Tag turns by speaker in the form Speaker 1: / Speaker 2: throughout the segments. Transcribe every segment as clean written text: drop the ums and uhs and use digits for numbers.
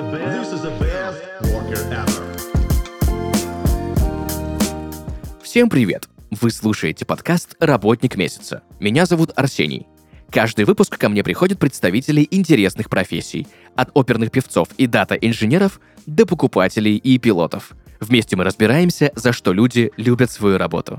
Speaker 1: worker ever.
Speaker 2: Всем привет! Вы слушаете подкаст «Работник месяца». Меня зовут Арсений. Каждый выпуск ко мне приходят представители интересных профессий, от оперных певцов и дата-инженеров до покупателей и пилотов. Вместе мы разбираемся, за что люди любят свою работу.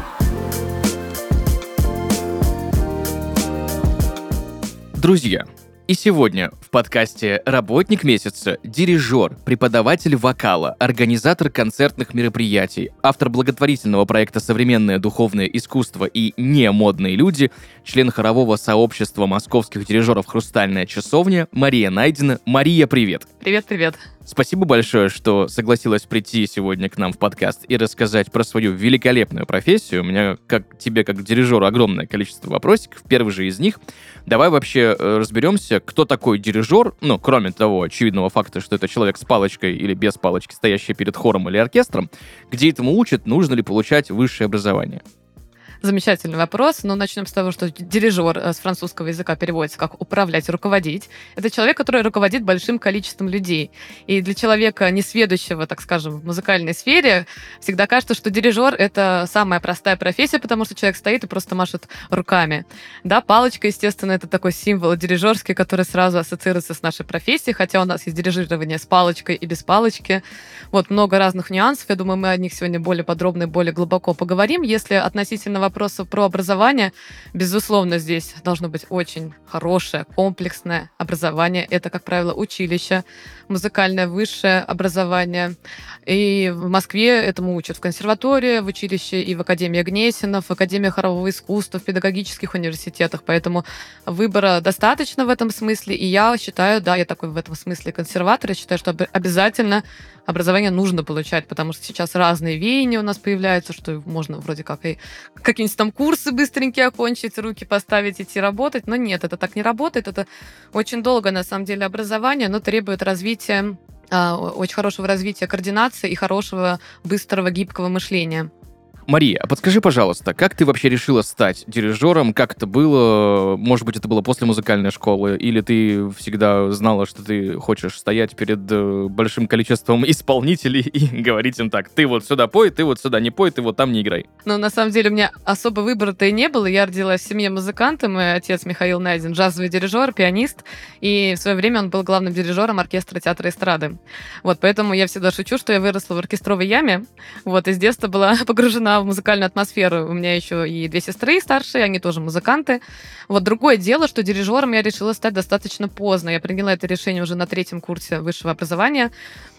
Speaker 2: Друзья, и сегодня в подкасте «Работник месяца» дирижер, преподаватель вокала, организатор концертных мероприятий, автор благотворительного проекта «Современное духовное искусство» и «Не-модные люди», член хорового сообщества московских дирижеров «Хрустальная часовня» Мария Найдина. Мария, привет!
Speaker 3: Привет-привет.
Speaker 2: Спасибо большое, что согласилась прийти сегодня к нам в подкаст и рассказать про свою великолепную профессию. У меня как тебе, как дирижеру, огромное количество вопросиков. Первый же из них. Давай вообще разберемся, кто такой дирижер, кроме того очевидного факта, что это человек с палочкой или без палочки, стоящий перед хором или оркестром, где этому учат, нужно ли получать высшее образование.
Speaker 3: Замечательный вопрос. Но начнем с того, что дирижер с французского языка переводится как «управлять, руководить». Это человек, который руководит большим количеством людей. И для человека, несведущего, так скажем, в музыкальной сфере, всегда кажется, что дирижер — это самая простая профессия, потому что человек стоит и просто машет руками. Да, палочка, естественно, это такой символ дирижерский, который сразу ассоциируется с нашей профессией, хотя у нас есть дирижирование с палочкой и без палочки. Вот много разных нюансов. Я думаю, мы о них сегодня более подробно и более глубоко поговорим. Если относительно вопросов про образование, безусловно, здесь должно быть очень хорошее, комплексное образование. Это, как правило, училище, музыкальное высшее образование. И в Москве этому учат в консерватории, в училище и в Академии Гнесина, в Академии хорового искусства, в педагогических университетах. Поэтому выбора достаточно в этом смысле. И я считаю, я такой в этом смысле консерватор, я считаю, что обязательно образование нужно получать, потому что сейчас разные веяния у нас появляются, что можно вроде как и какие-нибудь там курсы быстренькие окончить, руки поставить, идти работать. Но нет, это так не работает. Это очень долгое, на самом деле, образование, но требует развития, очень хорошего развития координации и хорошего, быстрого, гибкого мышления.
Speaker 2: Мария, а подскажи, пожалуйста, как ты вообще решила стать дирижером? Как это было? Может быть, это было после музыкальной школы? Или ты всегда знала, что ты хочешь стоять перед большим количеством исполнителей и говорить им так: ты вот сюда пой, ты вот сюда не пой, ты вот там не играй?
Speaker 3: Ну, на самом деле, у меня особо выбора-то и не было. Я родилась в семье музыканта. Мой отец Михаил Найдин — джазовый дирижер, пианист. И в свое время он был главным дирижером оркестра театра эстрады. Вот, поэтому я всегда шучу, что я выросла в оркестровой яме. Вот, и с детства была погружена в музыкальную атмосферу. У меня еще и две сестры старшие, они тоже музыканты. Вот другое дело, что дирижером я решила стать достаточно поздно. Я приняла это решение уже на 3-м курсе высшего образования.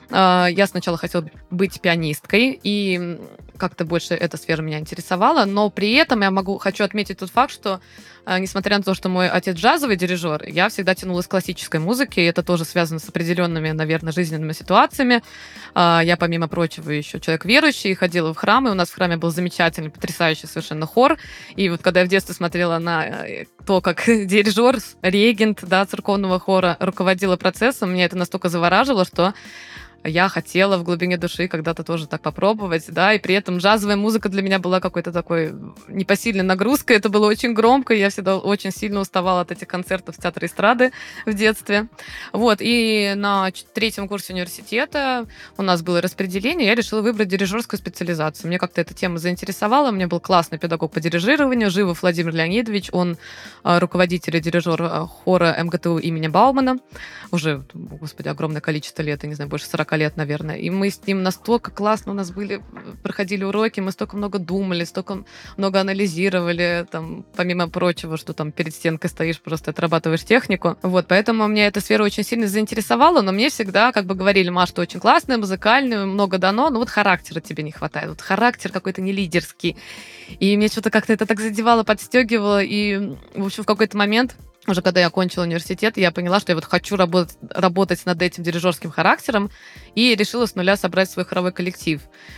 Speaker 3: Я сначала хотела быть пианисткой, и как-то больше эта сфера меня интересовала, но при этом я хочу отметить тот факт, что несмотря на то, что мой отец джазовый дирижер, я всегда тянулась к классической музыке, и это тоже связано с определенными, наверное, жизненными ситуациями. Я, помимо прочего, еще человек верующий, ходила в храмы, у нас в храме был замечательный, потрясающий совершенно хор, и вот когда я в детстве смотрела на то, как дирижер, регент, церковного хора руководила процессом, меня это настолько завораживало, что я хотела в глубине души когда-то тоже так попробовать, и при этом джазовая музыка для меня была какой-то такой непосильной нагрузкой, это было очень громко, я всегда очень сильно уставала от этих концертов в театре эстрады в детстве. Вот, и на 3-м курсе университета у нас было распределение, я решила выбрать дирижерскую специализацию. Мне как-то эта тема заинтересовала, у меня был классный педагог по дирижированию, Живов Владимир Леонидович, он руководитель и дирижер хора МГТУ имени Баумана, уже, господи, огромное количество лет, я не знаю, больше 40 лет, наверное. И мы с ним настолько классно у нас проходили уроки, мы столько много думали, столько много анализировали, помимо прочего, что перед стенкой стоишь, просто отрабатываешь технику. Вот, поэтому меня эта сфера очень сильно заинтересовала, но мне всегда говорили: Маш, ты очень классная, музыкальная, много дано, но вот характера тебе не хватает. Вот характер какой-то не лидерский. И мне что-то как-то это так задевало, подстегивало, и, в общем, в какой-то момент, уже когда я окончила университет, я поняла, что я хочу работать над этим дирижерским характером, и решила с нуля собрать свой хоровой коллектив.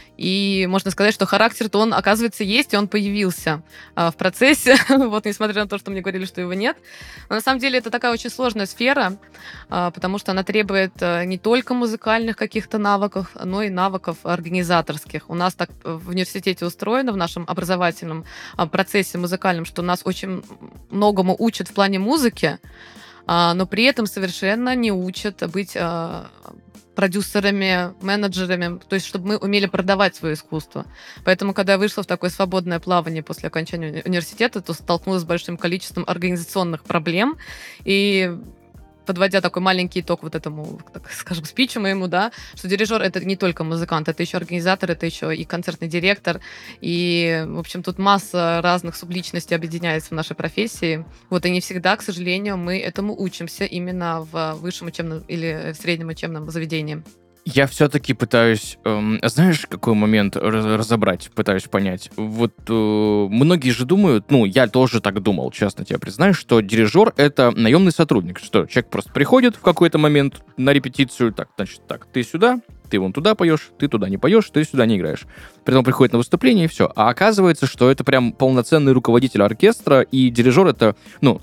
Speaker 3: И можно сказать, что характер-то он, оказывается, есть, и он появился в процессе, вот, несмотря на то, что мне говорили, что его нет. Но на самом деле это такая очень сложная сфера, потому что она требует не только музыкальных каких-то навыков, но и навыков организаторских. У нас так в университете устроено, в нашем образовательном процессе музыкальном, что нас очень многому учат в плане музыки, но при этом совершенно не учат быть продюсерами, менеджерами, то есть чтобы мы умели продавать свое искусство. Поэтому, когда я вышла в такое свободное плавание после окончания университета, то столкнулась с большим количеством организационных проблем. И подводя такой маленький итог вот этому, так скажем, спичу моему, да, что дирижер — это не только музыкант, это еще организатор, это еще и концертный директор, и, в общем, тут масса разных субличностей объединяется в нашей профессии. Вот, и не всегда, к сожалению, мы этому учимся именно в высшем учебном или в среднем учебном заведении.
Speaker 2: Я все-таки пытаюсь, знаешь, какой момент разобрать, пытаюсь понять. Вот многие же думают, я тоже так думал, честно тебе признаюсь, что дирижер — это наемный сотрудник, что человек просто приходит в какой-то момент на репетицию, так, ты сюда, ты вон туда поешь, ты туда не поешь, ты сюда не играешь. Потом приходит на выступление, и все. А оказывается, что это прям полноценный руководитель оркестра, и дирижер — это,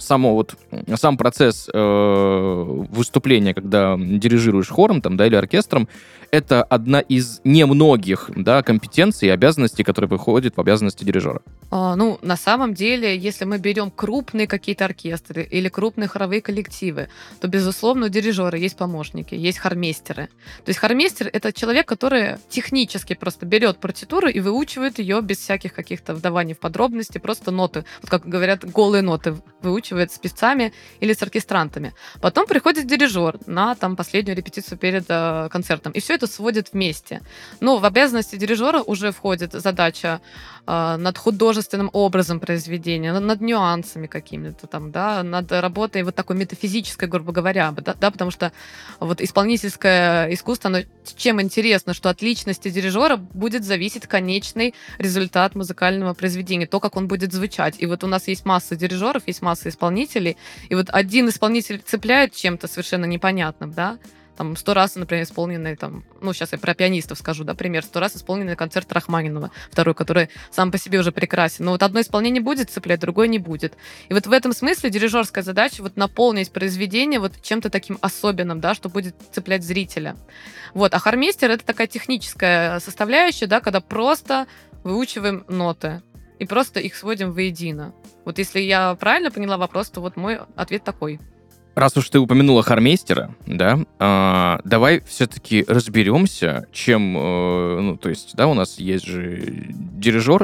Speaker 2: сам процесс выступления, когда дирижируешь хором там, да, или оркестром, это одна из немногих, да, компетенций и обязанностей, которые выходят в обязанности дирижера.
Speaker 3: На самом деле, если мы берем крупные какие-то оркестры или крупные хоровые коллективы, то, безусловно, у дирижера есть помощники, есть хормейстеры. То есть хормейстер — это человек, который технически просто берет партитуру и выучивает ее без всяких каких-то вдаваний в подробности, просто ноты, вот как говорят, голые ноты выучивает с певцами или с оркестрантами. Потом приходит дирижер на последнюю репетицию перед концертом, и все это сводит вместе. Но в обязанности дирижера уже входит задача над художественным образом произведения, над нюансами какими-то там, да, над работой вот такой метафизической, грубо говоря, да, потому что вот исполнительское искусство, оно чем интересно, что от личности дирижера будет зависеть конечный результат музыкального произведения, то, как он будет звучать. И вот у нас есть масса дирижеров, есть масса исполнителей, и вот один исполнитель цепляет чем-то совершенно непонятным, да, 100 раз, например, исполненный, сейчас я про пианистов скажу, да, пример, 100 раз исполненный концерт Рахманинова, второй, который сам по себе уже прекрасен. Но вот одно исполнение будет цеплять, другое не будет. И вот в этом смысле дирижерская задача вот наполнить произведение вот чем-то таким особенным, да, что будет цеплять зрителя. Вот. А хормейстер — это такая техническая составляющая, да, когда просто выучиваем ноты и просто их сводим воедино. Вот если я правильно поняла вопрос, то вот мой ответ такой.
Speaker 2: Раз уж ты упомянула хормейстера, да, давай все-таки разберемся, чем, у нас есть же дирижер,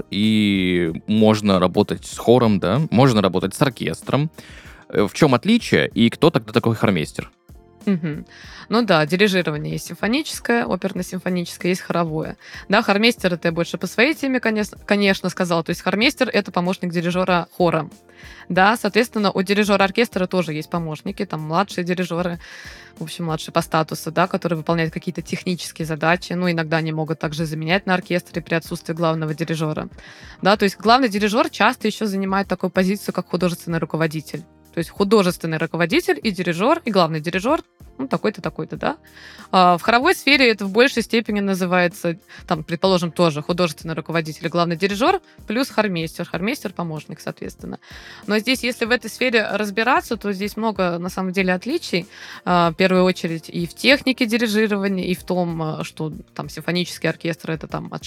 Speaker 2: и можно работать с хором, да, можно работать с оркестром. В чем отличие, и кто тогда такой хормейстер?
Speaker 3: Угу. Дирижирование есть симфоническое, оперно-симфоническое, есть хоровое. Да, хормейстер — это я больше по своей теме, конечно, сказала. То есть хормейстер — это помощник дирижера хора. Да, соответственно, у дирижера оркестра тоже есть помощники, младшие дирижеры, в общем, младшие по статусу, да, которые выполняют какие-то технические задачи. Иногда они могут также заменять на оркестре при отсутствии главного дирижера. Да, то есть главный дирижер часто еще занимает такую позицию, как художественный руководитель. То есть художественный руководитель и дирижер, и главный дирижер, такой-то, такой-то, да. В хоровой сфере это в большей степени называется, предположим, тоже художественный руководитель и главный дирижер, плюс хормейстер. Хормейстер — помощник, соответственно. Но здесь, если в этой сфере разбираться, то здесь много, на самом деле, отличий. В первую очередь и в технике дирижирования, и в том, что симфонический оркестр — это от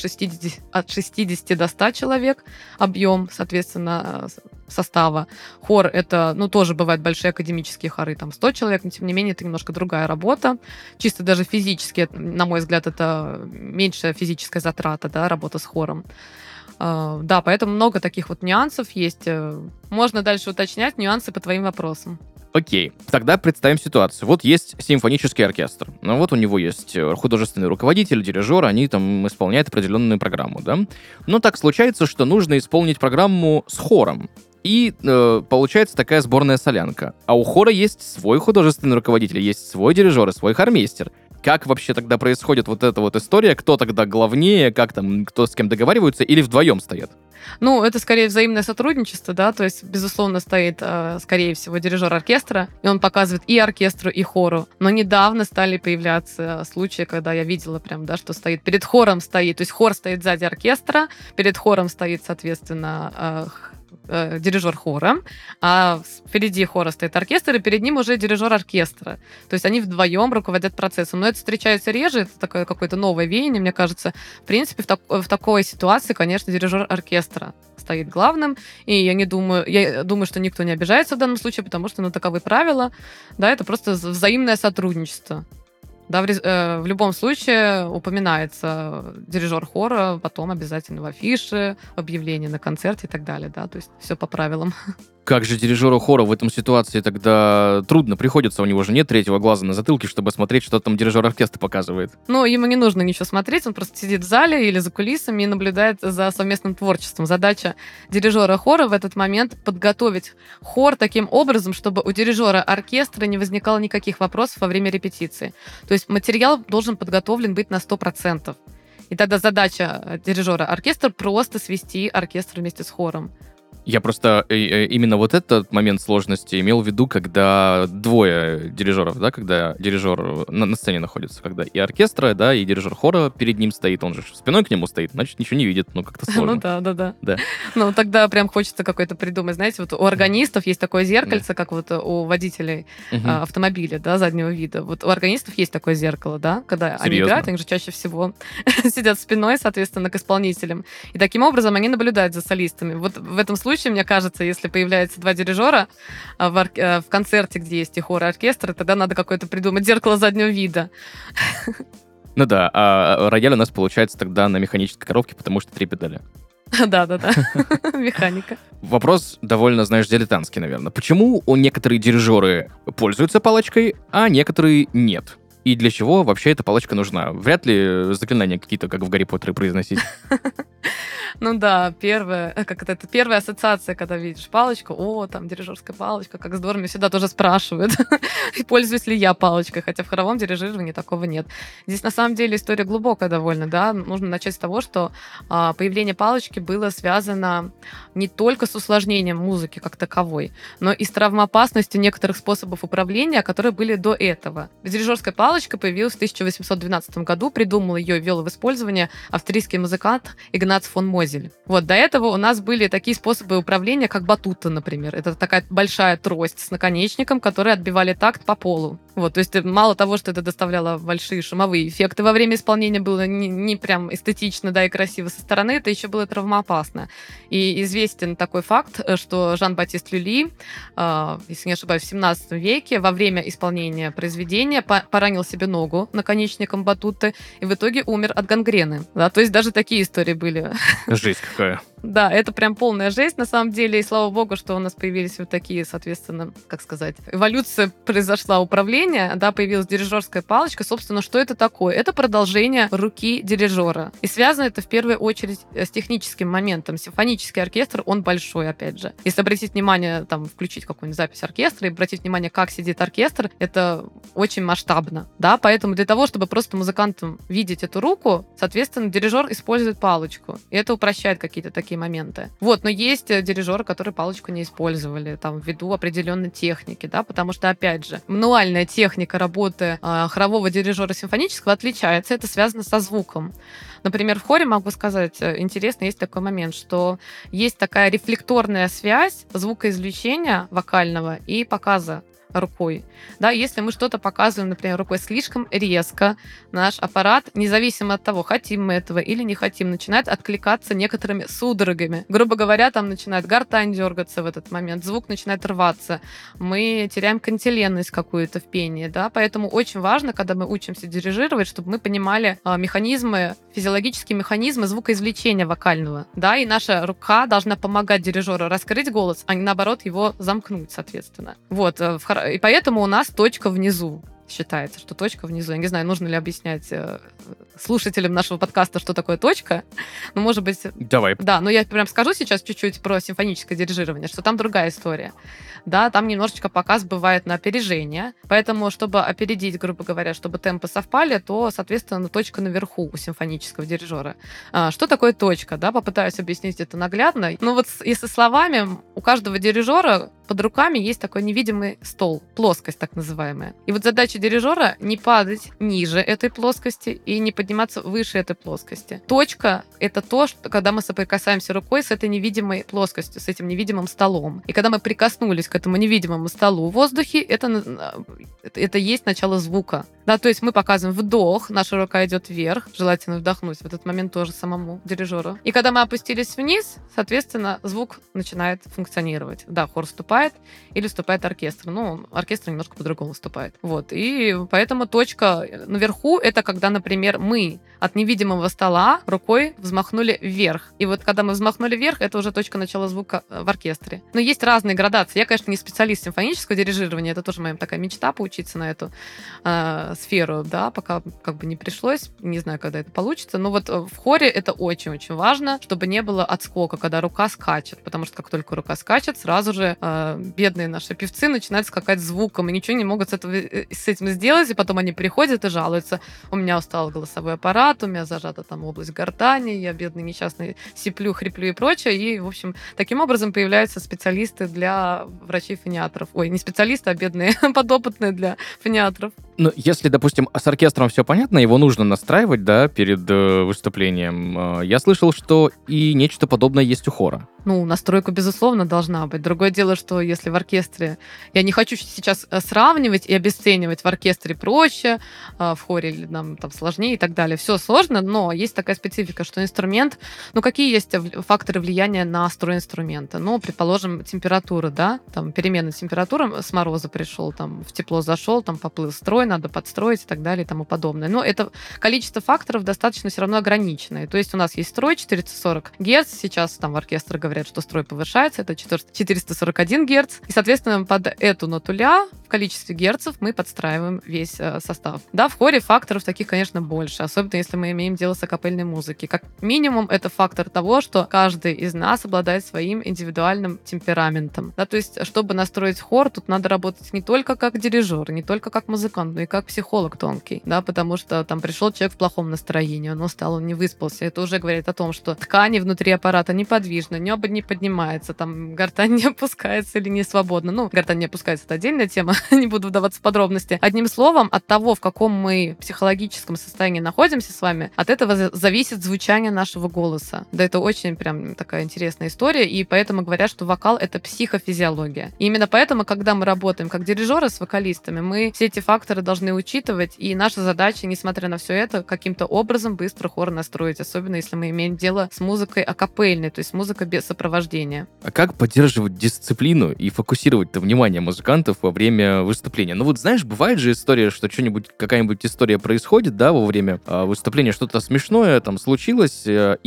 Speaker 3: 60 до 100 человек объем, соответственно, состава. Хор — это, тоже бывают большие академические хоры, 100 человек, но тем не менее это немножко другая работа. Чисто даже физически, на мой взгляд, это меньшая физическая затрата, да, работа с хором. Да, поэтому много таких вот нюансов есть. Можно дальше уточнять нюансы по твоим вопросам.
Speaker 2: Окей, тогда представим ситуацию. Вот есть симфонический оркестр. Вот у него есть художественный руководитель, дирижер, они исполняют определенную программу, да? Но так случается, что нужно исполнить программу с хором. И получается такая сборная солянка. А у хора есть свой художественный руководитель, есть свой дирижер и свой хормейстер. Как вообще тогда происходит вот эта вот история? Кто тогда главнее? Как кто с кем договариваются? Или вдвоем стоят?
Speaker 3: Это скорее взаимное сотрудничество, да, то есть, безусловно, стоит, скорее всего, дирижер оркестра, и он показывает и оркестру, и хору. Но недавно стали появляться случаи, когда я видела прям, да, что стоит перед хором стоит, то есть хор стоит сзади оркестра, перед хором стоит, соответственно, дирижер хора, а впереди хора стоит оркестр, и перед ним уже дирижер оркестра. То есть они вдвоем руководят процессом. Но это встречается реже, это такое какое-то новое веяние, мне кажется. В принципе, в такой ситуации, конечно, дирижер оркестра стоит главным, и я думаю, что никто не обижается в данном случае, потому что, таковы правила, да, это просто взаимное сотрудничество. Да, в любом случае упоминается дирижер хора, потом обязательно в афише, в объявлении на концерте и так далее, да, то есть все по правилам.
Speaker 2: Как же дирижеру хора в этом ситуации тогда трудно приходится? У него же нет третьего глаза на затылке, чтобы смотреть, что там дирижер оркестра показывает.
Speaker 3: Ему не нужно ничего смотреть, он просто сидит в зале или за кулисами и наблюдает за совместным творчеством. Задача дирижера хора в этот момент подготовить хор таким образом, чтобы у дирижера оркестра не возникало никаких вопросов во время репетиции. То есть материал должен подготовлен быть на 100%. И тогда задача дирижера оркестра просто свести оркестр вместе с хором.
Speaker 2: Я просто именно вот этот момент сложности имел в виду, когда двое дирижеров, да, когда дирижер на сцене находится, когда и оркестра, да, и дирижер хора перед ним стоит, он же спиной к нему стоит, значит, ничего не видит, как-то сложно.
Speaker 3: Да. Тогда прям хочется какой-то придумать, знаете, вот у органистов есть такое зеркальце, как вот у водителей автомобиля, да, заднего вида. Вот у органистов есть такое зеркало, да, когда они играют, они же чаще всего сидят спиной, соответственно, к исполнителям. И таким образом они наблюдают за солистами. Вот в этом случае, мне кажется, если появляются два дирижера в концерте, где есть и хор, и оркестр, тогда надо какое-то придумать зеркало заднего вида.
Speaker 2: Ну да, а рояль у нас получается тогда на механической коробке, потому что 3 педали.
Speaker 3: Да, механика.
Speaker 2: Вопрос довольно, дилетантский, наверное. Почему некоторые дирижеры пользуются палочкой, а некоторые нет? И для чего вообще эта палочка нужна? Вряд ли заклинания какие-то, как в Гарри Поттере, произносить.
Speaker 3: Первая ассоциация, когда видишь палочку, там дирижерская палочка, как здорово, меня всегда тоже спрашивают, пользуюсь ли я палочкой, хотя в хоровом дирижировании такого нет. Здесь на самом деле история глубокая довольно, да, нужно начать с того, что появление палочки было связано не только с усложнением музыки как таковой, но и с травмоопасностью некоторых способов управления, которые были до этого. Дирижерская палочка появилась в 1812 году, придумал ее и ввел в использование австрийский музыкант Игнац фон Мозель. Вот, до этого у нас были такие способы управления, как батута, например. Это такая большая трость с наконечником, которые отбивали такт по полу. Вот, то есть мало того, что это доставляло большие шумовые эффекты во время исполнения, было не прям эстетично, да, и красиво со стороны, это еще было травмоопасно. И известен такой факт, что Жан-Батист Люли, если не ошибаюсь, в 17 веке во время исполнения произведения поранил себе ногу наконечником батуты и в итоге умер от гангрены. Да, то есть даже такие истории были.
Speaker 2: Жесть какая.
Speaker 3: Да, это прям полная жесть, на самом деле, и слава богу, что у нас появились вот такие, соответственно, как сказать, эволюция произошла управления, да, появилась дирижерская палочка. Собственно, что это такое? Это продолжение руки дирижера. И связано это в первую очередь с техническим моментом. Симфонический оркестр, он большой, опять же. Если обратить внимание, включить какую-нибудь запись оркестра и обратить внимание, как сидит оркестр, это очень масштабно, да, поэтому для того, чтобы просто музыкантам видеть эту руку, соответственно, дирижер использует палочку, и это упрощает какие-то такие моменты. Вот, но есть дирижеры, которые палочку не использовали, ввиду определенной техники, да, потому что, опять же, мануальная техника работы хорового дирижера симфонического отличается, это связано со звуком. Например, в хоре, могу сказать, интересно, есть такой момент, что есть такая рефлекторная связь звукоизвлечения вокального и показа рукой. Да, если мы что-то показываем, например, рукой слишком резко, наш аппарат, независимо от того, хотим мы этого или не хотим, начинает откликаться некоторыми судорогами. Грубо говоря, там начинает гортань дергаться в этот момент, звук начинает рваться, мы теряем кантиленность какую-то в пении, да, поэтому очень важно, когда мы учимся дирижировать, чтобы мы понимали механизмы, физиологические механизмы звукоизвлечения вокального, да, и наша рука должна помогать дирижеру раскрыть голос, а не наоборот его замкнуть, соответственно. Вот, и поэтому у нас точка внизу. Считается, что точка внизу. Я не знаю, нужно ли объяснять слушателям нашего подкаста, что такое точка. Ну, может быть...
Speaker 2: Давай.
Speaker 3: Да, но я прям скажу сейчас чуть-чуть про симфоническое дирижирование, что там другая история. Да, там немножечко показ бывает на опережение. Поэтому, чтобы опередить, грубо говоря, чтобы темпы совпали, то, соответственно, точка наверху у симфонического дирижера. Что такое точка? Да, попытаюсь объяснить это наглядно. Ну, вот если словами, у каждого дирижера под руками есть такой невидимый стол, плоскость так называемая. И вот задача дирижера не падать ниже этой плоскости и не подниматься выше этой плоскости. Точка — это то, что, когда мы соприкасаемся рукой с этой невидимой плоскостью, с этим невидимым столом. И когда мы прикоснулись к этому невидимому столу в воздухе, это есть начало звука. Да, то есть мы показываем вдох, наша рука идет вверх, желательно вдохнуть в этот момент тоже самому дирижеру. И когда мы опустились вниз, соответственно, звук начинает функционировать. Да, хор вступает или вступает оркестр. Ну, оркестр немножко по-другому вступает. Вот. И поэтому точка наверху — это когда, например, мы от невидимого стола рукой взмахнули вверх. И вот когда мы взмахнули вверх, это уже точка начала звука в оркестре. Но есть разные градации. Я, конечно, не специалист симфонического дирижирования, это тоже моя такая мечта — поучиться на эту сферу, да, пока как бы не пришлось, не знаю, когда это получится. Но вот в хоре это очень-очень важно, чтобы не было отскока, когда рука скачет, потому что как только рука скачет, сразу же бедные наши певцы начинают скакать звуком и ничего не могут с этим сделать, и потом они приходят и жалуются: у меня устал голосовой аппарат, у меня зажата там область гортани, я бедный несчастный сиплю, хриплю и прочее. И, в общем, таким образом появляются специалисты для врачей-фониатров. Ой, не специалисты, а бедные подопытные для фониатров.
Speaker 2: Ну, если, допустим, с оркестром все понятно, его нужно настраивать, да, перед выступлением. Я слышал, что и нечто подобное есть у хора.
Speaker 3: Ну, настройка, безусловно, должна быть. Другое дело, что если в оркестре... Я не хочу сейчас сравнивать и обесценивать: в оркестре проще, в хоре нам там сложнее и так далее. Все сложно, но есть такая специфика, что инструмент... Ну, какие есть факторы влияния на строй инструмента? Ну, предположим, температура, да? Там перемена температуры, с мороза пришел, там в тепло зашел, там поплыл строй, надо подстроить и так далее и тому подобное. Но это количество факторов достаточно все равно ограниченное. То есть у нас есть строй 440 Гц, сейчас там в оркестре говорят, что строй повышается, это 441 Гц. И, соответственно, под эту нотуля в количестве герцев мы подстраиваем весь состав. Да, в хоре факторов таких, конечно, больше, особенно если мы имеем дело с акапельной музыкой. Как минимум, это фактор того, что каждый из нас обладает своим индивидуальным темпераментом. Да, то есть, чтобы настроить хор, тут надо работать не только как дирижер, не только как музыкант, но и как психолог тонкий, да, потому что там пришел человек в плохом настроении, он устал, он не выспался. Это уже говорит о том, что ткани внутри аппарата неподвижны, небо не поднимается, там гортань не опускается или не свободно. Ну, гортань не опускается — это отдельная тема, не буду вдаваться в подробности. Одним словом, от того, в каком мы психологическом состоянии находимся с вами, от этого зависит звучание нашего голоса. Да, это очень прям такая интересная история, и поэтому говорят, что вокал — это психофизиология. И именно поэтому, когда мы работаем как дирижеры с вокалистами, мы все эти факторы должны учитывать, и наша задача, несмотря на все это, каким-то образом быстро хор настроить, особенно если мы имеем дело с музыкой акапельной, то есть музыка без сопровождения.
Speaker 2: А как поддерживать дисциплину и фокусировать-то внимание музыкантов во время выступления? Ну вот знаешь, бывает же история, что какая-нибудь история происходит, да, во время выступления, что-то смешное там случилось,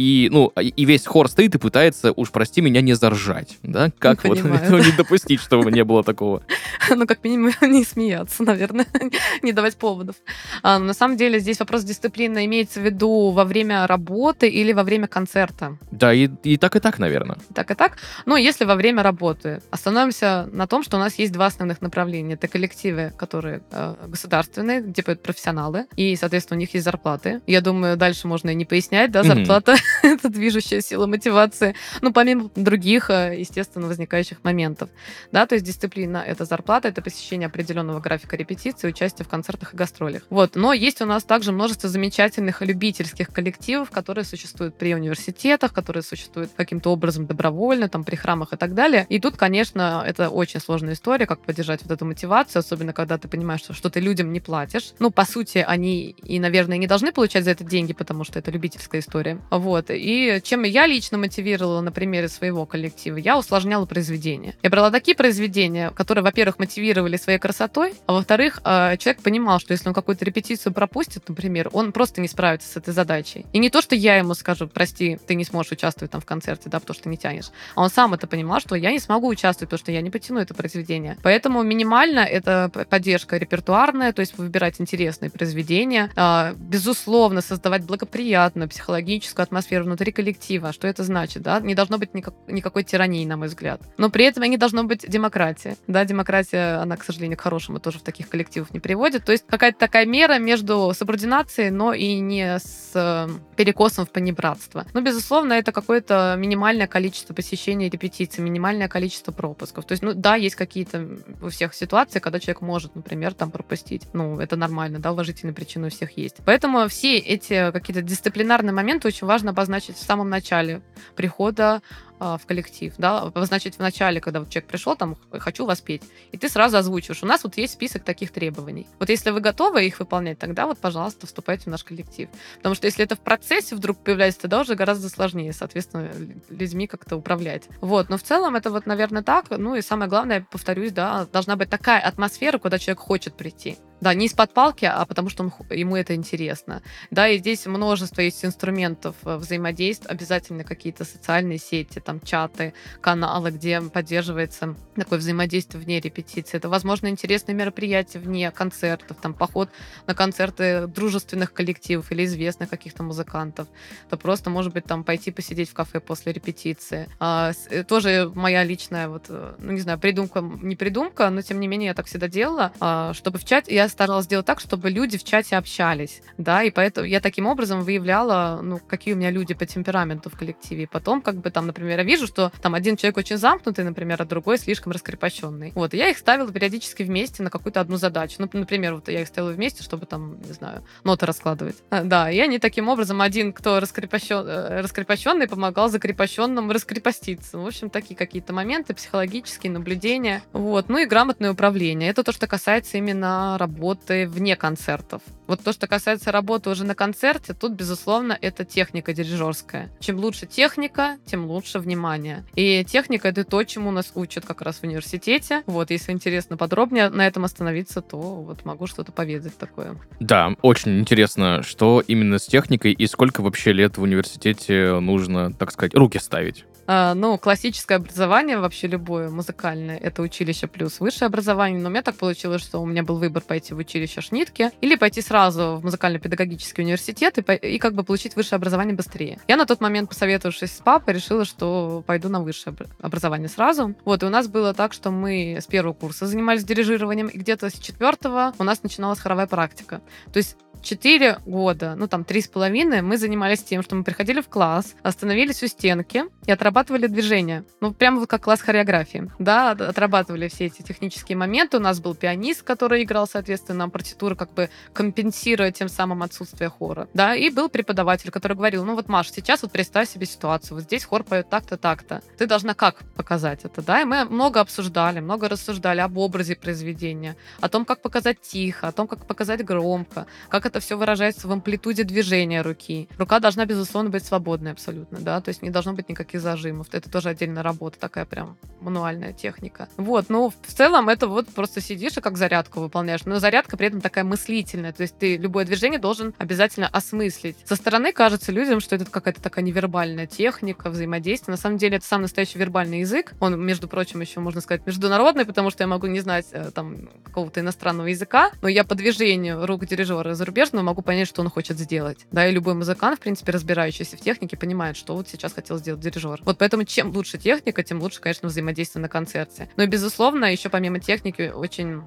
Speaker 2: и весь хор стоит и пытается, уж прости меня, не заржать, да? Как вот этого не допустить, чтобы не было такого?
Speaker 3: Ну, как минимум, не смеяться, наверное, не давать поводов. На самом деле здесь вопрос дисциплины имеется в виду во время работы или во время концерта?
Speaker 2: Да, и так, наверное.
Speaker 3: Так и так. Но если во время работы, остановимся на том, что у нас есть два основных направления. Это коллективы, которые государственные, где поют профессионалы, и, соответственно, у них есть зарплаты. Я думаю, дальше можно и не пояснять, да, зарплата — это движущая сила мотивации. Ну, помимо других, естественно, возникающих моментов. Да, то есть дисциплина — это зарплата, это посещение определенного графика репетиции, участие в концертах и гастролях. Вот. Но есть у нас также множество замечательных любительских коллективов, которые существуют при университетах, которые существуют каким-то образом добровольно, там, при храмах и так далее. И тут, конечно, это очень сложная история, как поддержать вот эту мотивацию, особенно когда ты понимаешь, что ты людям не платишь. Ну, по сути, они и, наверное, не должны получать за это деньги, потому что это любительская история. Вот. И чем я лично мотивировала на примере своего коллектива, я усложняла произведения. Я брала такие произведения, которые, во-первых, мотивировали своей красотой, а во-вторых, человек понимал, что если он какую-то репетицию пропустит, например, он просто не справится с этой задачей. И не то, что я ему скажу: прости, ты не сможешь участвовать там в концерте, да, потому что не тянешь. А он сам это понимал, что я не смогу участвовать, потому что я не потяну это произведение. Поэтому минимально это поддержка репертуарная, то есть выбирать интересные произведения, безусловно, создавать благоприятную психологическую атмосферу внутри коллектива. Что это значит, да? Не должно быть никакой тирании, на мой взгляд. Но при этом и не должно быть демократии. Да, демократия, она, к сожалению, к хорошему тоже в таких коллективах не приводит. То есть какая-то такая мера между субординацией, но и не с перекосом в понебратство. Но, безусловно, это какое-то минимальное количество посещений репетиций, минимальное количество пропусков. То есть, ну да, есть какие-то у всех ситуации, когда человек может, например, там пропустить. Ну, это нормально, да, уважительные причины у всех есть. Поэтому все эти какие-то дисциплинарные моменты очень важно обозначить в самом начале прихода в коллектив, да, обозначить в начале, когда вот человек пришел, там, хочу вас петь, и ты сразу озвучиваешь, у нас вот есть список таких требований. Вот если вы готовы их выполнять, тогда вот, пожалуйста, вступайте в наш коллектив. Потому что если это в процессе вдруг появляется, тогда уже гораздо сложнее, соответственно, людьми как-то управлять. Вот, но в целом это вот, наверное, так. Ну и самое главное, повторюсь, да, должна быть такая атмосфера, куда человек хочет прийти. Да, не из-под палки, а потому что ему это интересно. Да, и здесь множество есть инструментов взаимодействия, обязательно какие-то социальные сети, там чаты, каналы, где поддерживается такое взаимодействие вне репетиции. Это, возможно, интересные мероприятия вне концертов, там поход на концерты дружественных коллективов или известных каких-то музыкантов. То просто, может быть, там пойти посидеть в кафе после репетиции. Тоже моя личная, вот, ну, не знаю, придумка, не придумка, но, тем не менее, я так всегда делала, чтобы в чате я старалась сделать так, чтобы люди в чате общались, да, и поэтому я таким образом выявляла, ну, какие у меня люди по темпераменту в коллективе. И потом, как бы там, например, я вижу, что там один человек очень замкнутый, например, а другой слишком раскрепощенный. Вот, и я их ставила периодически вместе на какую-то одну задачу. Ну, например, вот я их ставила вместе, чтобы там, не знаю, ноты раскладывать. Да, и они таким образом, один, кто раскрепощенный, помогал закрепощенному раскрепоститься. В общем, такие какие-то моменты, психологические наблюдения. Вот, ну и грамотное управление. Это то, что касается именно работы вне концертов. Вот то, что касается работы уже на концерте, тут, безусловно, это техника дирижерская. Чем лучше техника, тем лучше внимание. И техника — это то, чему нас учат как раз в университете. Вот, если интересно подробнее на этом остановиться, то вот могу что-то поведать такое.
Speaker 2: Да, очень интересно, что именно с техникой и сколько вообще лет в университете нужно, так сказать, руки ставить.
Speaker 3: Ну, классическое образование, вообще любое музыкальное, это училище плюс высшее образование. Но у меня так получилось, что у меня был выбор пойти в училище Шнитке или пойти сразу в музыкально-педагогический университет и как бы получить высшее образование быстрее. Я на тот момент, посоветовавшись с папой, решила, что пойду на высшее образование сразу. Вот, и у нас было так, что мы с первого курса занимались дирижированием, и где-то с четвертого у нас начиналась хоровая практика. То есть 4 года, ну там 3,5, мы занимались тем, что мы приходили в класс, остановились у стенки и отрабатывали движения. Ну, прямо вот как класс хореографии. Да, отрабатывали все эти технические моменты. У нас был пианист, который играл, соответственно, нам партитуру, как бы компенсируя тем самым отсутствие хора. Да, и был преподаватель, который говорил, ну вот, Маш, сейчас вот представь себе ситуацию, вот здесь хор поет так-то, так-то. Ты должна как показать это, да? И мы много обсуждали, много рассуждали об образе произведения, о том, как показать тихо, о том, как показать громко, как это все выражается в амплитуде движения руки. Рука должна, безусловно, быть свободной абсолютно, да, то есть не должно быть никаких зажимов. Это тоже отдельная работа, такая прям мануальная техника. Вот, но в целом это вот просто сидишь и как зарядку выполняешь. Но зарядка при этом такая мыслительная, то есть ты любое движение должен обязательно осмыслить. Со стороны кажется людям, что это какая-то такая невербальная техника, взаимодействие. На самом деле это сам настоящий вербальный язык. Он, между прочим, еще, можно сказать, международный, потому что я могу не знать там какого-то иностранного языка, но я по движению рук дирижера зарубежного могу понять, что он хочет сделать. Да, и любой музыкант, в принципе, разбирающийся в технике, понимает, что вот сейчас хотел сделать дирижер. Вот поэтому чем лучше техника, тем лучше, конечно, взаимодействие на концерте. Но и, безусловно, еще помимо техники очень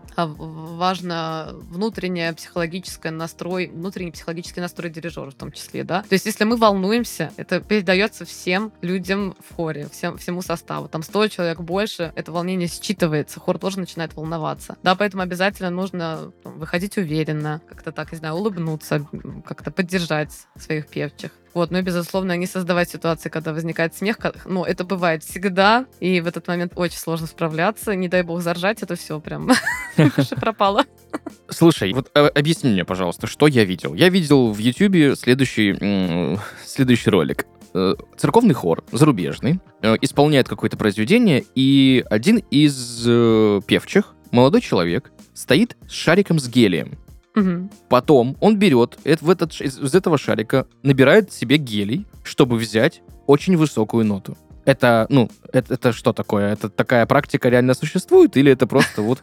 Speaker 3: важно внутренний психологический настрой дирижера в том числе, да. То есть если мы волнуемся, это передается всем людям в хоре, всему составу. Там 100 человек больше, это волнение считывается, хор тоже начинает волноваться. Да, поэтому обязательно нужно выходить уверенно, как-то так, не знаю, улыбнуться, как-то поддержать своих певчих. Вот, ну и, безусловно, не создавать ситуации, когда возникает смех. Ну, это бывает всегда, и в этот момент очень сложно справляться. Не дай бог заржать, это все прям пропало.
Speaker 2: Слушай, вот объясни мне, пожалуйста, что я видел. Я видел в Ютьюбе следующий ролик. Церковный хор, зарубежный, исполняет какое-то произведение, и один из певчих, молодой человек, стоит с шариком с гелием.
Speaker 3: Угу.
Speaker 2: Потом он берет из этого шарика, набирает себе гелий, чтобы взять очень высокую ноту. Это что такое? Это такая практика реально существует? Или это просто вот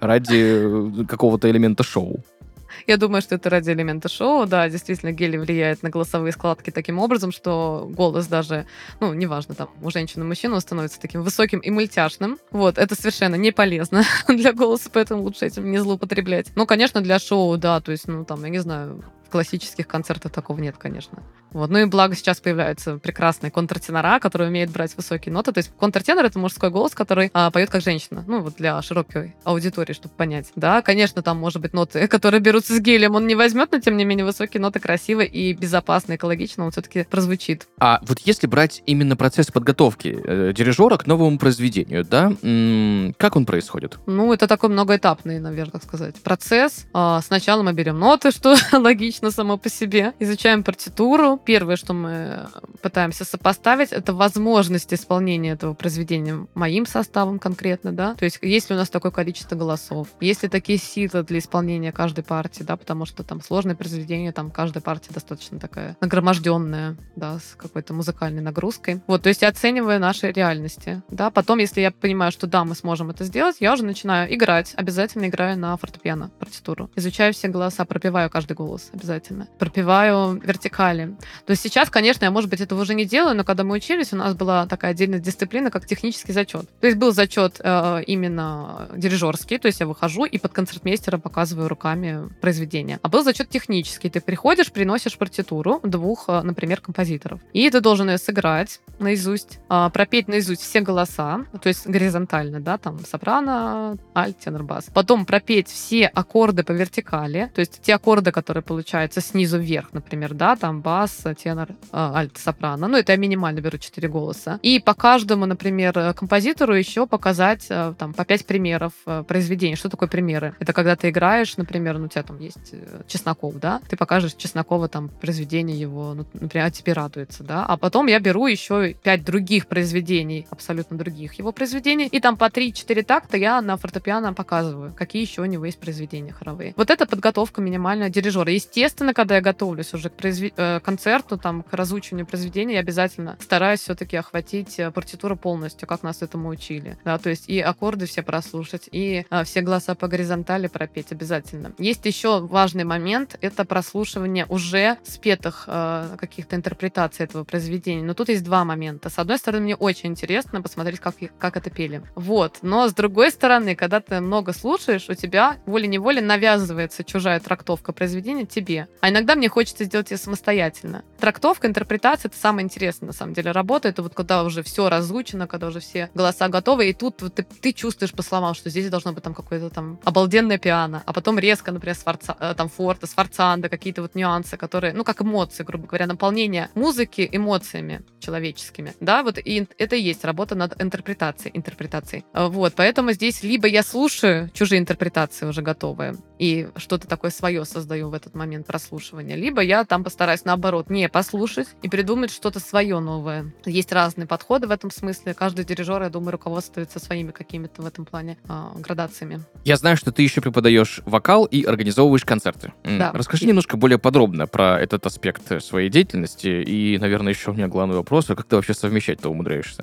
Speaker 2: ради какого-то элемента шоу?
Speaker 3: Я думаю, что это ради элемента шоу. Да, действительно, гелий влияет на голосовые складки таким образом, что голос даже, ну, неважно, там, у женщины, у мужчины, он становится таким высоким и мультяшным. Вот, это совершенно не полезно для голоса, поэтому лучше этим не злоупотреблять. Ну, конечно, для шоу, да, то есть, ну, там, я не знаю, в классических концертах такого нет, конечно. Вот. Ну и благо сейчас появляются прекрасные контртенора, которые умеют брать высокие ноты. То есть контртенор — это мужской голос, который поет как женщина. Ну вот для широкой аудитории, чтобы понять. Да, конечно, там может быть ноты, которые берутся с гелием, он не возьмет, но тем не менее высокие ноты красиво и безопасно, экологично он все-таки прозвучит.
Speaker 2: А вот если брать именно процесс подготовки дирижера к новому произведению, да, как он происходит?
Speaker 3: Ну, это такой многоэтапный, наверное, так сказать, процесс. Сначала мы берем ноты, что логично само по себе, изучаем партитуру. Первое, что мы пытаемся сопоставить, это возможность исполнения этого произведения моим составом конкретно, да, то есть есть ли у нас такое количество голосов, есть ли такие силы для исполнения каждой партии, да, потому что там сложное произведение, там каждая партия достаточно такая нагроможденная, да, с какой-то музыкальной нагрузкой. Вот, то есть я оцениваю наши реальности, да, потом, если я понимаю, что да, мы сможем это сделать, я уже начинаю играть, обязательно играю на фортепиано партитуру, изучаю все голоса, пропеваю каждый голос обязательно, пропеваю вертикали. То есть сейчас, конечно, я, может быть, этого уже не делаю, но когда мы учились, у нас была такая отдельная дисциплина, как технический зачет. То есть был зачет именно дирижерский, то есть я выхожу и под концертмейстера показываю руками произведение. А был зачет технический. Ты приходишь, приносишь партитуру двух, например, композиторов. И ты должен ее сыграть наизусть, пропеть наизусть все голоса, то есть горизонтально, да, там сопрано, альт, тенор, бас. Потом пропеть все аккорды по вертикали, то есть те аккорды, которые получаются снизу вверх, например, да, там бас, тенор, альт, сопрано. Ну, это я минимально беру 4 голоса. И по каждому, например, композитору еще показать там по 5 примеров произведений. Что такое примеры? Это когда ты играешь, например, ну, у тебя там есть Чесноков, да, ты покажешь Чеснокова там произведение его, ну, например, тебе радуется, да, а потом я беру еще 5 других произведений, абсолютно других его произведений, и там по 3-4 такта я на фортепиано показываю, какие еще у него есть произведения хоровые. Вот это подготовка минимальная дирижера. Естественно, когда я готовлюсь уже к концерту, там, к разучиванию произведения, я обязательно стараюсь все-таки охватить партитуру полностью, как нас этому учили, да, то есть и аккорды все прослушать, и все голоса по горизонтали пропеть обязательно. Есть еще важный момент, это прослушивание уже спетых каких-то интерпретаций этого произведения. Но тут есть два момента. С одной стороны, мне очень интересно посмотреть, как это пели. Вот. Но с другой стороны, когда ты много слушаешь, у тебя волей-неволей навязывается чужая трактовка произведения тебе. А иногда мне хочется сделать ее самостоятельно. Трактовка, интерпретация — это самое интересное, на самом деле, работа. Это вот когда уже все разучено, когда уже все голоса готовы, и тут вот ты чувствуешь по словам, что здесь должно быть там какое-то там обалденное пиано, а потом резко, например, там форте, сфорцандо, какие-то вот нюансы, которые, ну, как эмоции, грубо говоря, наполнение музыки эмоциями человеческими, да, вот и это и есть работа над интерпретацией. Вот, поэтому здесь либо я слушаю чужие интерпретации уже готовые и что-то такое свое создаю в этот момент прослушивания, либо я там постараюсь, наоборот, не послушать и придумать что-то свое новое. Есть разные подходы в этом смысле. Каждый дирижер, я думаю, руководствуется своими какими-то в этом плане градациями.
Speaker 2: Я знаю, что ты еще преподаешь вокал и организовываешь концерты.
Speaker 3: Да.
Speaker 2: Расскажи немножко более подробно про этот аспект своей деятельности. И, наверное, еще у меня главный вопрос, а как ты вообще совмещать-то умудряешься?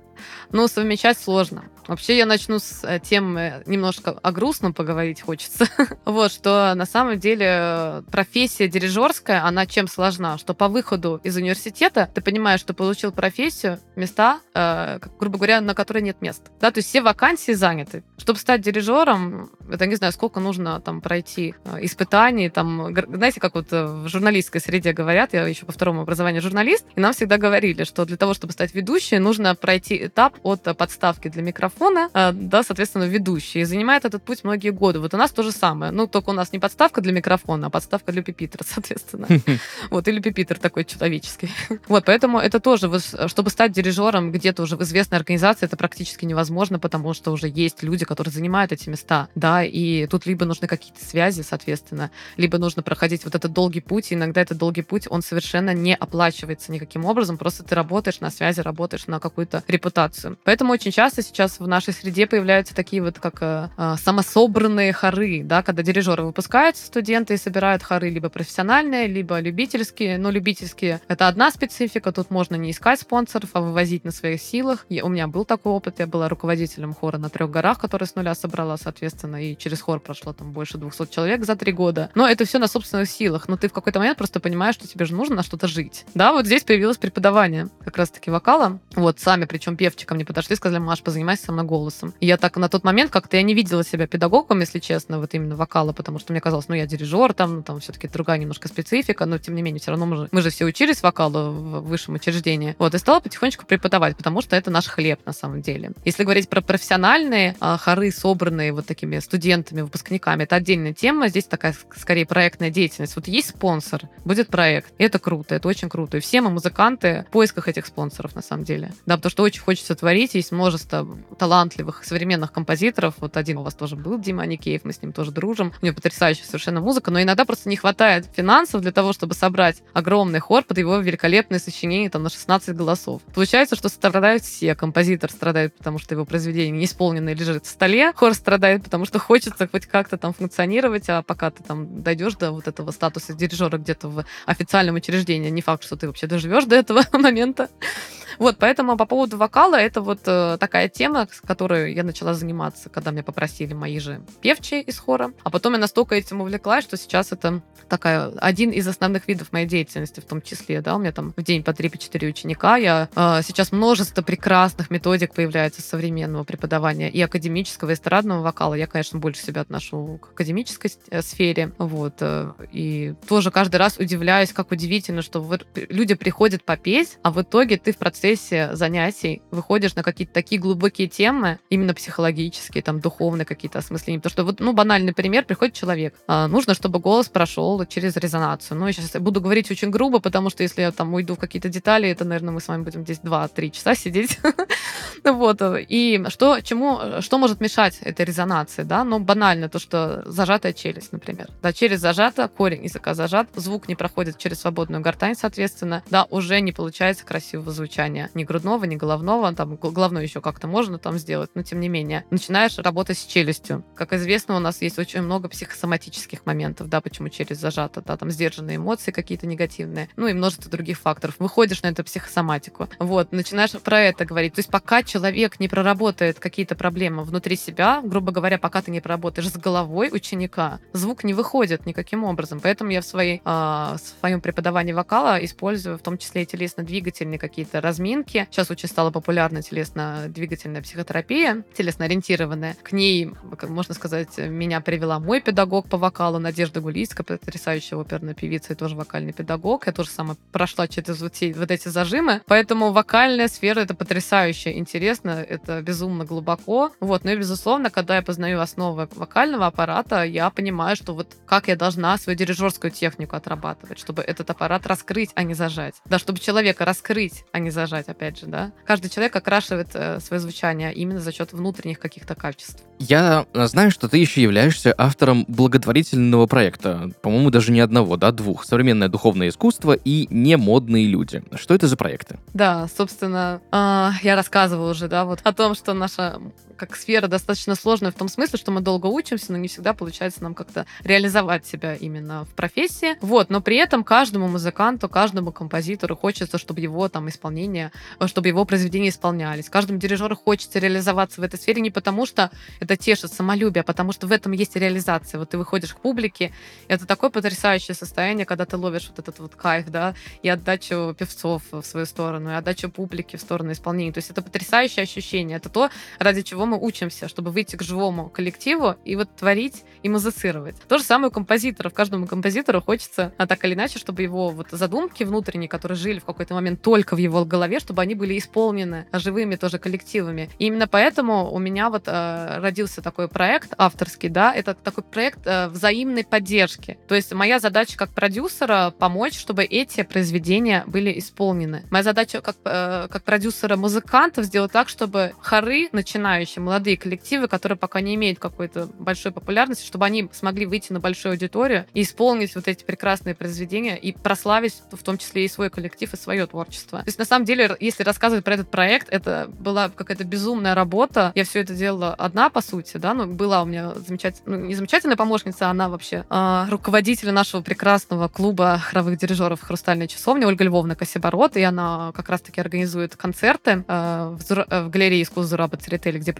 Speaker 3: Ну, совмещать сложно. Вообще, я начну с тем, немножко о грустном поговорить хочется. Вот, что на самом деле профессия дирижерская, она чем сложна? Что по выходу из университета ты понимаешь, что получил профессию, места, грубо говоря, на которые нет мест. Да, то есть все вакансии заняты. Чтобы стать дирижером, это не знаю, сколько нужно там пройти испытаний. Там, знаете, как вот в журналистской среде говорят, я еще по второму образованию журналист, и нам всегда говорили, что для того, чтобы стать ведущей, нужно пройти этап от подставки для микрофона, да, соответственно, ведущий. И занимает этот путь многие годы. Вот у нас то же самое. Ну, только у нас не подставка для микрофона, а подставка для пюпитра, соответственно. Вот, или пюпитр такой человеческий. Вот, поэтому это тоже, чтобы стать дирижером где-то уже в известной организации, это практически невозможно, потому что уже есть люди, которые занимают эти места, да, и тут либо нужны какие-то связи, соответственно, либо нужно проходить вот этот долгий путь, и иногда этот долгий путь, он совершенно не оплачивается никаким образом, просто ты работаешь на связи, работаешь на какую-то репутацию. Поэтому очень часто сейчас в нашей среде появляются такие вот как самособранные хоры, да, когда дирижеры выпускаются, студенты, и собирают хоры либо профессиональные, либо любительские. Но любительские — это одна специфика, тут можно не искать спонсоров, а вывозить на своих силах. У меня был такой опыт, я была руководителем хора на 3 горах, который с нуля собрала, соответственно, и через хор прошло там больше 200 человек за 3 года. Но это все на собственных силах. Но ты в какой-то момент просто понимаешь, что тебе же нужно на что-то жить. Да, вот здесь появилось преподавание как раз-таки вокала. Вот сами, причем певчикам не подошли, сказали: Маш, позанимайся мной голосом. И я так на тот момент как-то я не видела себя педагогом, если честно, вот именно вокала, потому что мне казалось, я дирижер, там все-таки другая немножко специфика, но тем не менее, все равно мы же все учились вокалу в высшем учреждении. Вот, и стала потихонечку преподавать, потому что это наш хлеб на самом деле. Если говорить про профессиональные хоры, собранные вот такими студентами, выпускниками, это отдельная тема, здесь такая скорее проектная деятельность. Вот есть спонсор, будет проект, и это круто, это очень круто. И все мы, музыканты, в поисках этих спонсоров, на самом деле. Да, потому что очень хочется творить, есть множество талантливых современных композиторов. Вот один у вас тоже был, Дима Аникеев, мы с ним тоже дружим. У него потрясающая совершенно музыка, но иногда просто не хватает финансов для того, чтобы собрать огромный хор под его великолепное сочинение там на 16 голосов. Получается, что страдают все. Композитор страдает, потому что его произведение не исполненное лежит в столе. Хор страдает, потому что хочется хоть как-то там функционировать, а пока ты там дойдешь до вот этого статуса дирижера где-то в официальном учреждении, не факт, что ты вообще доживешь до этого момента. Вот, поэтому по поводу вокала, это вот такая тема, с которой я начала заниматься, когда меня попросили мои же певчие из хора. А потом я настолько этим увлеклась, что сейчас это один из основных видов моей деятельности, в том числе, да, у меня там в день по 3-4 ученика. Сейчас множество прекрасных методик появляется современного преподавания и академического, и эстрадного вокала. Я, конечно, больше себя отношу к академической сфере, вот, и тоже каждый раз удивляюсь, как удивительно, что вот люди приходят попеть, а в итоге ты в процессе занятий выходишь на какие-то такие глубокие темы, именно психологические, там, духовные какие-то осмысления. Потому что вот, банальный пример, приходит человек, нужно, чтобы голос прошел через резонацию. Я сейчас буду говорить очень грубо, потому что если я там уйду в какие-то детали, это, наверное, мы с вами будем здесь 2-3 часа сидеть. Вот. И что может мешать этой резонации, да? Банально то, что зажатая челюсть, например. Да, челюсть зажата, корень языка зажат, звук не проходит через свободную гортань, соответственно, да, уже не получается красивого звучания. Ни грудного, ни головного, там, головной еще как-то можно там сделать, но тем не менее. Начинаешь работать с челюстью. Как известно, у нас есть очень много психосоматических моментов, да, почему челюсть зажата, да, там сдержанные эмоции какие-то негативные, и множество других факторов. Выходишь на эту психосоматику, вот, начинаешь про это говорить. То есть пока человек не проработает какие-то проблемы внутри себя, грубо говоря, пока ты не проработаешь с головой ученика, звук не выходит никаким образом. Поэтому я в своем преподавании вокала использую в том числе и телесно-двигательные какие-то разминки. Сейчас очень стала популярна телесно-двигательная психотерапия, телесно-ориентированная. К ней, можно сказать, меня привела мой педагог по вокалу Надежда Гулийская, потрясающая оперная певица и тоже вокальный педагог. Я тоже сама прошла через вот эти зажимы. Поэтому вокальная сфера — это потрясающе интересно, это безумно глубоко. Вот. И, безусловно, когда я познаю основы вокального аппарата, я понимаю, что вот как я должна свою дирижерскую технику отрабатывать, чтобы этот аппарат раскрыть, а не зажать. Да, чтобы человека раскрыть, а не зажать, опять же, да. Каждый человек окрашивает свое звучание именно за счет внутренних каких-то качеств.
Speaker 2: Я знаю, что ты еще являешься автором благотворительного проекта, по-моему, даже не одного, да, 2. «Современное духовное искусство» и «Немодные люди». Что это за проекты?
Speaker 3: Да, собственно, я рассказывала уже, да, вот о том, что наша как сфера достаточно сложная в том смысле, что мы долго учимся, но не всегда получается нам как-то реализовать себя именно в профессии. Вот, но при этом каждому музыканту, каждому композитору хочется, чтобы его там чтобы его произведения исполнялись. Каждому дирижеру хочется реализоваться в этой сфере не потому, что это тешит самолюбие, а потому что в этом есть реализация. Вот ты выходишь к публике, и это такое потрясающее состояние, когда ты ловишь вот этот вот кайф, да, и отдачу певцов в свою сторону, и отдачу публики в сторону исполнения. То есть это потрясающее ощущение. Это то, ради чего мы учимся, чтобы выйти к живому коллективу и вот творить и музицировать. То же самое у композиторов. Каждому композитору хочется, так или иначе, чтобы его вот задумки внутренние, которые жили в какой-то момент только в его голове, чтобы они были исполнены живыми тоже коллективами. И именно поэтому у меня вот родился такой проект авторский, да, это такой проект взаимной поддержки. То есть моя задача как продюсера помочь, чтобы эти произведения были исполнены. Моя задача как продюсера музыкантов сделать так, чтобы хоры, начинающие, молодые коллективы, которые пока не имеют какой-то большой популярности, чтобы они смогли выйти на большую аудиторию и исполнить вот эти прекрасные произведения и прославить в том числе и свой коллектив, и свое творчество. То есть на самом деле, если рассказывать про этот проект, это была какая-то безумная работа. Я все это делала одна, по сути, да, но была у меня не замечательная помощница, она вообще руководитель нашего прекрасного клуба хоровых дирижеров «Хрустальная часовня» Ольга Львовна Косибород, и она как раз-таки организует концерты в галерее искусств Зураба Церетели, где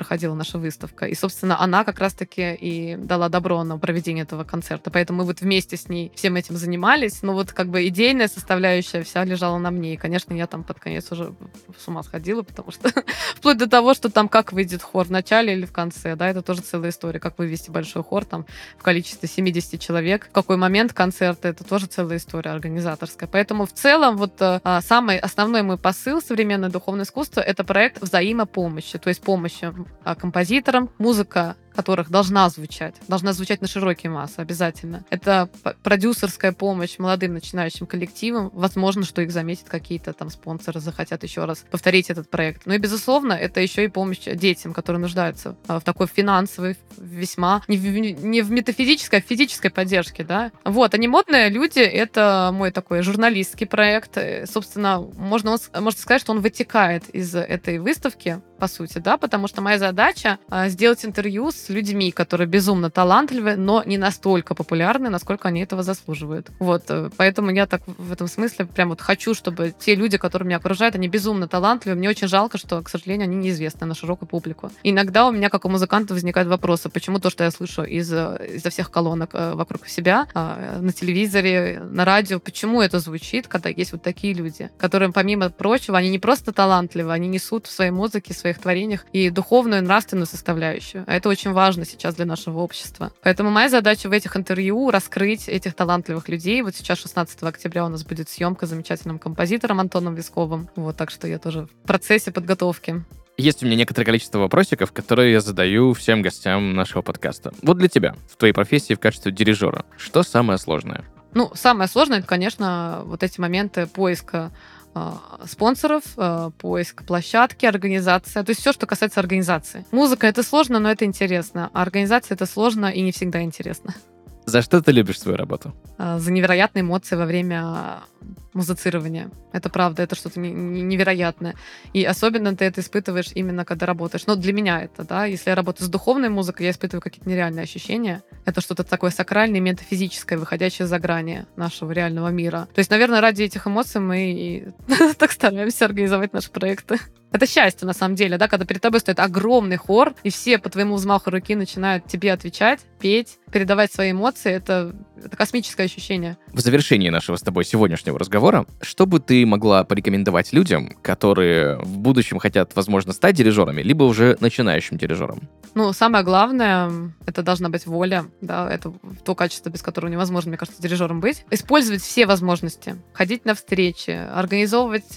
Speaker 3: проходила наша выставка. И, собственно, она как раз-таки и дала добро на проведение этого концерта. Поэтому мы вот вместе с ней всем этим занимались. Но вот как бы идейная составляющая вся лежала на мне. И, конечно, я там под конец уже с ума сходила, потому что вплоть до того, что там как выйдет хор в начале или в конце, да, это тоже целая история. Как вывести большой хор там в количестве 70 человек. В какой момент концерта, это тоже целая история организаторская. Поэтому в целом вот самый основной мой посыл современное духовное искусство — это проект взаимопомощи, то есть помощи композиторам, музыка которых должна звучать на широкие массы обязательно. Это продюсерская помощь молодым начинающим коллективам. Возможно, что их заметят какие-то там спонсоры, захотят еще раз повторить этот проект. Ну и, безусловно, это еще и помощь детям, которые нуждаются в такой финансовой, весьма не в метафизической, а в физической поддержке, да. Вот, «Они модные люди» — это мой такой журналистский проект. Собственно, можно сказать, что он вытекает из этой выставки, по сути, да, потому что моя задача сделать интервью с людьми, которые безумно талантливы, но не настолько популярны, насколько они этого заслуживают. Вот, поэтому я так в этом смысле прям вот хочу, чтобы те люди, которые меня окружают, они безумно талантливы. Мне очень жалко, что, к сожалению, они неизвестны на широкую публику. Иногда у меня, как у музыканта, возникают вопросы, почему то, что я слышу изо всех колонок вокруг себя, на телевизоре, на радио, почему это звучит, когда есть вот такие люди, которые, помимо прочего, они не просто талантливы, они несут в своей музыке, в своих творениях и духовную, и нравственную составляющую. А это очень важно сейчас для нашего общества. Поэтому моя задача в этих интервью раскрыть этих талантливых людей. Вот сейчас, 16 октября, у нас будет съемка с замечательным композитором Антоном Висковым. Вот, так что я тоже в процессе подготовки.
Speaker 2: Есть у меня некоторое количество вопросиков, которые я задаю всем гостям нашего подкаста. Вот для тебя, в твоей профессии в качестве дирижера, что самое сложное?
Speaker 3: Ну, самое сложное, это, конечно, вот эти моменты поиска спонсоров, поиск площадки, организация. То есть все, что касается организации. Музыка — это сложно, но это интересно. А организация — это сложно и не всегда интересно.
Speaker 2: За что ты любишь свою работу?
Speaker 3: За невероятные эмоции во время музицирования. Это правда, это что-то невероятное. И особенно ты это испытываешь именно, когда работаешь. Но для меня это, да, если я работаю с духовной музыкой, я испытываю какие-то нереальные ощущения. Это что-то такое сакральное, метафизическое, выходящее за грани нашего реального мира. То есть, наверное, ради этих эмоций мы и так стараемся организовать наши проекты. Это счастье, на самом деле, да, когда перед тобой стоит огромный хор, и все по твоему взмаху руки начинают тебе отвечать, петь, передавать свои эмоции. Это космическое ощущение.
Speaker 2: В завершении нашего с тобой сегодняшнего разговора, что бы ты могла порекомендовать людям, которые в будущем хотят, возможно, стать дирижерами, либо уже начинающим дирижером?
Speaker 3: Ну, самое главное, это должна быть воля, да, это то качество, без которого невозможно, мне кажется, дирижером быть. Использовать все возможности, ходить на встречи, организовывать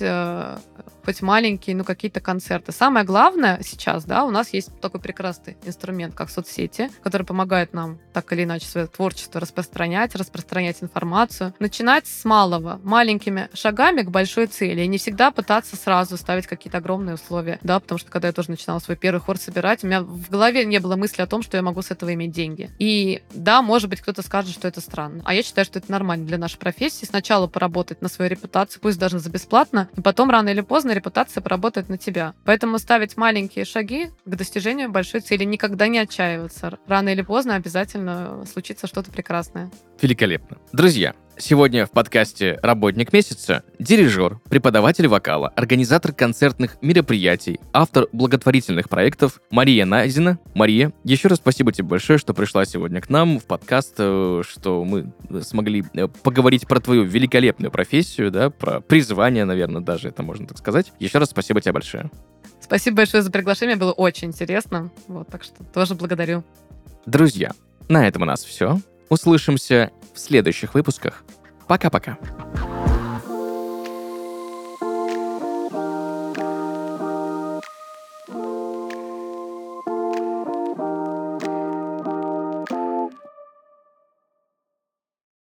Speaker 3: хоть маленькие, какие-то концерты. Самое главное сейчас, да, у нас есть такой прекрасный инструмент, как соцсети, который помогает нам так или иначе свое творчество распространять информацию. Начинать с малого, маленькими шагами к большой цели. И не всегда пытаться сразу ставить какие-то огромные условия, да, потому что когда я тоже начинала свой первый хор собирать, у меня в голове не было мысли о том, что я могу с этого иметь деньги. И да, может быть, кто-то скажет, что это странно. А я считаю, что это нормально для нашей профессии. Сначала поработать на свою репутацию, пусть даже за бесплатно, и потом рано или поздно репутация поработает на тебя. Поэтому ставить маленькие шаги к достижению большой цели, никогда не отчаиваться. Рано или поздно обязательно случится что-то прекрасное.
Speaker 2: Великолепно. Друзья, сегодня в подкасте «Работник месяца» дирижер, преподаватель вокала, организатор концертных мероприятий, автор благотворительных проектов Мария Найзина. Мария, еще раз спасибо тебе большое, что пришла сегодня к нам в подкаст, что мы смогли поговорить про твою великолепную профессию, да, про призвание, наверное, даже это можно так сказать. Еще раз спасибо тебе большое.
Speaker 3: Спасибо большое за приглашение, было очень интересно. Вот, так что тоже благодарю.
Speaker 2: Друзья, на этом у нас все. Услышимся в следующих выпусках. Пока-пока.